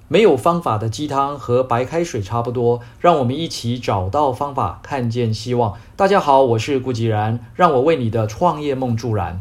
没有方法的鸡汤和白开水差不多，让我们一起找到方法，看见希望。大家好，我是顾吉然，让我为你的创业梦助燃。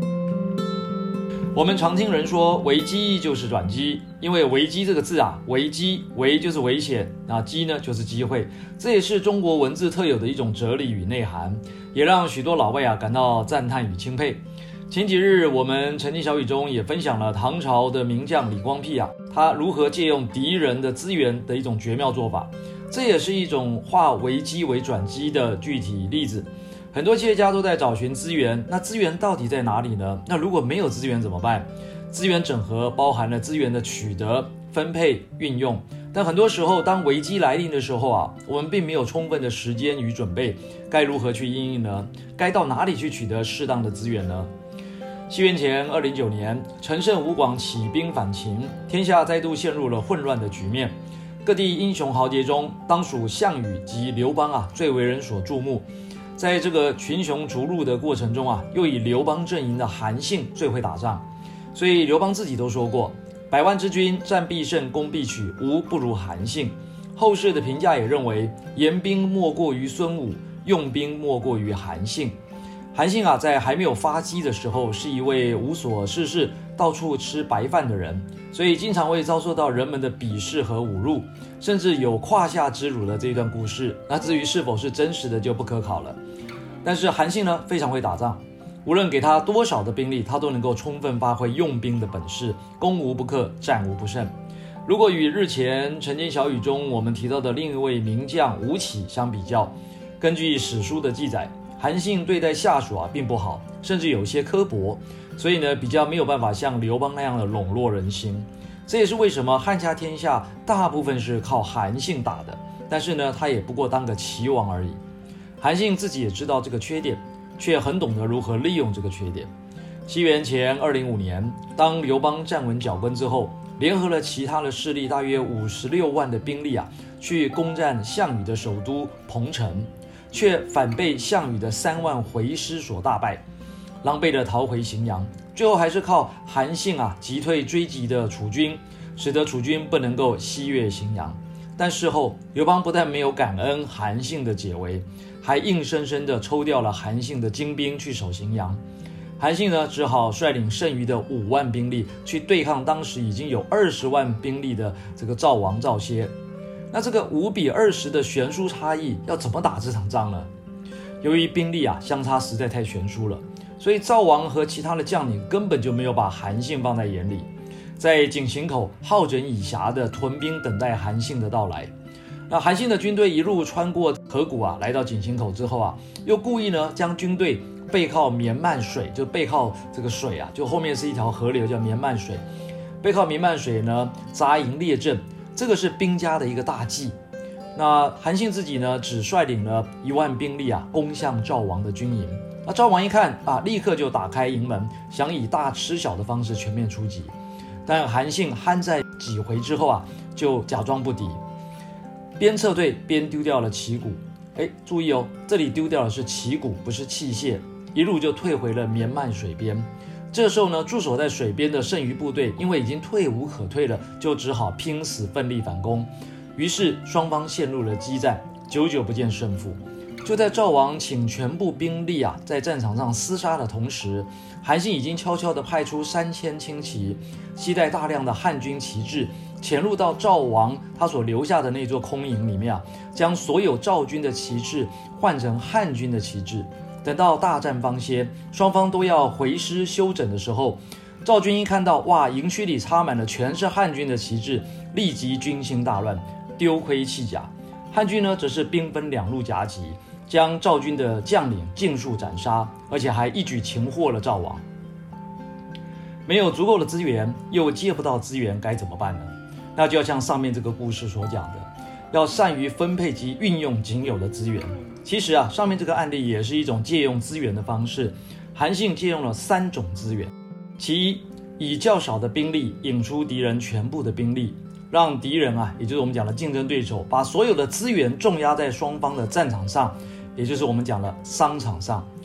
我们常听人说危机就是转机，因为危机这个字啊，危就是危险，那机呢就是机会，这也是中国文字特有的一种哲理与内涵，也让许多老辈感到赞叹与钦佩。前几日我们晨间小语中也分享了唐朝的名将李光弼他如何借用敌人的资源的一种绝妙做法，这也是一种化危机为转机的具体例子。很多企业家都在找寻资源，那资源到底在哪里呢？那如果没有资源怎么办？资源整合包含了资源的取得、分配、运用，但很多时候当危机来临的时候我们并没有充分的时间与准备，该如何去因应呢？该到哪里去取得适当的资源呢？西元前209年，陈胜吴广起兵反秦，天下再度陷入了混乱的局面。各地英雄豪杰中，当属项羽及刘邦最为人所注目。在这个群雄逐鹿的过程中又以刘邦阵营的韩信最会打仗，所以刘邦自己都说过：“100万之军，战必胜，攻必取，无不如韩信。”后世的评价也认为，言兵莫过于孙武，用兵莫过于韩信。韩信在还没有发迹的时候，是一位无所事事、到处吃白饭的人，所以经常会遭受到人们的鄙视和侮辱，甚至有胯下之辱的这一段故事。那至于是否是真实的就不可考了。但是韩信呢，非常会打仗，无论给他多少的兵力，他都能够充分发挥用兵的本事，攻无不克，战无不胜。如果与日前晨间小语中我们提到的另一位名将吴起相比较，根据史书的记载，韩信对待下属并不好，甚至有些刻薄，所以呢比较没有办法像刘邦那样的笼络人心。这也是为什么汉家天下大部分是靠韩信打的，但是呢他也不过当个齐王而已。韩信自己也知道这个缺点，却很懂得如何利用这个缺点。西元前205年，当刘邦站稳脚跟之后，联合了其他的势力大约56万的兵力去攻占项羽的首都彭城，却反被项羽的3万回师所大败，狼狈的逃回荥阳。最后还是靠韩信击退追击的楚军，使得楚军不能够西越荥阳。但事后刘邦不但没有感恩韩信的解围，还硬生生的抽调了韩信的精兵去守荥阳。韩信呢，只好率领剩余的5万兵力去对抗当时已经有20万兵力的这个赵王赵歇。那这个5比20的悬殊差异要怎么打这场仗呢？由于兵力相差实在太悬殊了，所以赵王和其他的将领根本就没有把韩信放在眼里，在井陉口好整以暇的屯兵等待韩信的到来。那韩信的军队一路穿过河谷来到井陉口之后又故意呢将军队背靠绵漫水，就背靠这个水就后面是一条河流叫绵漫水，背靠绵漫水呢扎营列阵，这个是兵家的一个大忌。那韩信自己呢只率领了1万兵力攻向赵王的军营。那赵王一看立刻就打开营门，想以大吃小的方式全面出击。但韩信憨在几回之后就假装不敌，边撤退边丢掉了旗鼓。注意这里丢掉的是旗鼓，不是器械，一路就退回了绵漫水边。这时候呢，驻守在水边的剩余部队因为已经退无可退了，就只好拼死奋力反攻。于是双方陷入了激战，久久不见胜负。就在赵王请全部兵力在战场上厮杀的同时，韩信已经悄悄地派出3000轻骑，携带大量的汉军旗帜，潜入到赵王他所留下的那座空营里面将所有赵军的旗帜换成汉军的旗帜。等到大战方歇，双方都要回师休整的时候，赵军一看到营区里插满了全是汉军的旗帜，立即军心大乱，丢盔弃甲。汉军呢则是兵分2路夹击，将赵军的将领尽数斩杀，而且还一举擒获了赵王。没有足够的资源，又借不到资源，该怎么办呢？那就要像上面这个故事所讲的，要善于分配及运用仅有的资源。其实上面这个案例也是一种借用资源的方式。韩信借用了3种资源，其一，以较少的兵力引出敌人全部的兵力，让敌人也就是我们讲的竞争对手，把所有的资源重压在双方的战场上，也就是我们讲的商场上。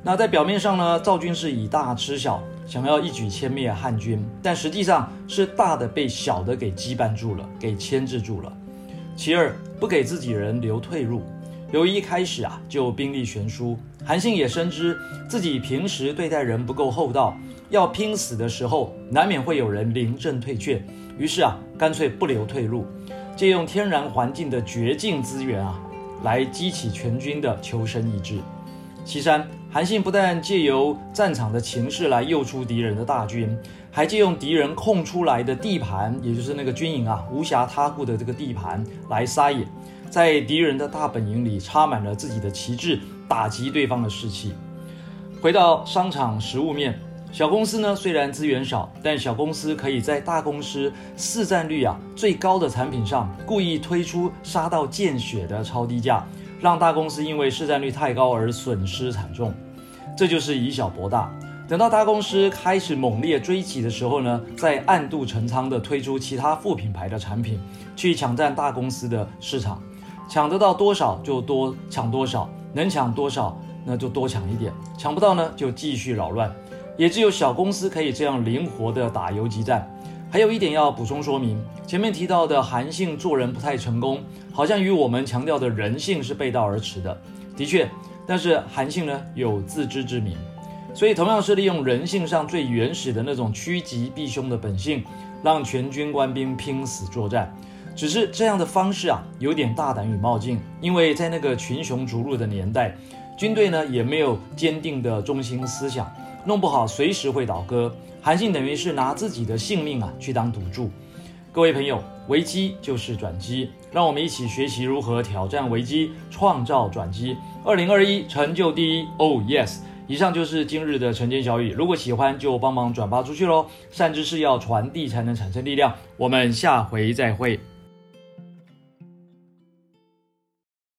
那在表面上呢，赵军是以大吃小，想要一举歼灭汉军，但实际上是大的被小的给羁绊住了，给牵制住了。其二，不给自己人留退路。由于一开始就兵力悬殊，韩信也深知自己平时对待人不够厚道，要拼死的时候难免会有人临阵退却，于是干脆不留退路，借用天然环境的绝境资源来激起全军的求生意志。其三，韩信不但借由战场的情势来诱出敌人的大军，还借用敌人空出来的地盘，也就是那个军营无暇他顾的这个地盘来撒野，在敌人的大本营里插满了自己的旗帜，打击对方的士气。回到商场实务面，小公司呢虽然资源少，但小公司可以在大公司市占率最高的产品上故意推出杀到见血的超低价，让大公司因为市占率太高而损失惨重。这就是以小博大。等到大公司开始猛烈追击的时候呢，再暗度陈仓的推出其他副品牌的产品，去抢占大公司的市场，抢得到多少就多抢多少，能抢多少那就多抢一点，抢不到呢就继续扰乱。也只有小公司可以这样灵活的打游击战。还有一点要补充说明，前面提到的韩信做人不太成功，好像与我们强调的人性是背道而驰的。的确，但是韩信呢有自知之明，所以同样是利用人性上最原始的那种趋吉避凶的本性，让全军官兵拼死作战。只是这样的方式有点大胆与冒进，因为在那个群雄逐鹿的年代，军队呢也没有坚定的中心思想，弄不好随时会倒戈。韩信等于是拿自己的性命去当赌注。各位朋友，危机就是转机，让我们一起学习如何挑战危机，创造转机。2021成就第一 ，Oh yes！ 以上就是今日的晨间小语，如果喜欢就帮忙转发出去咯。善知识要传递才能产生力量。我们下回再会。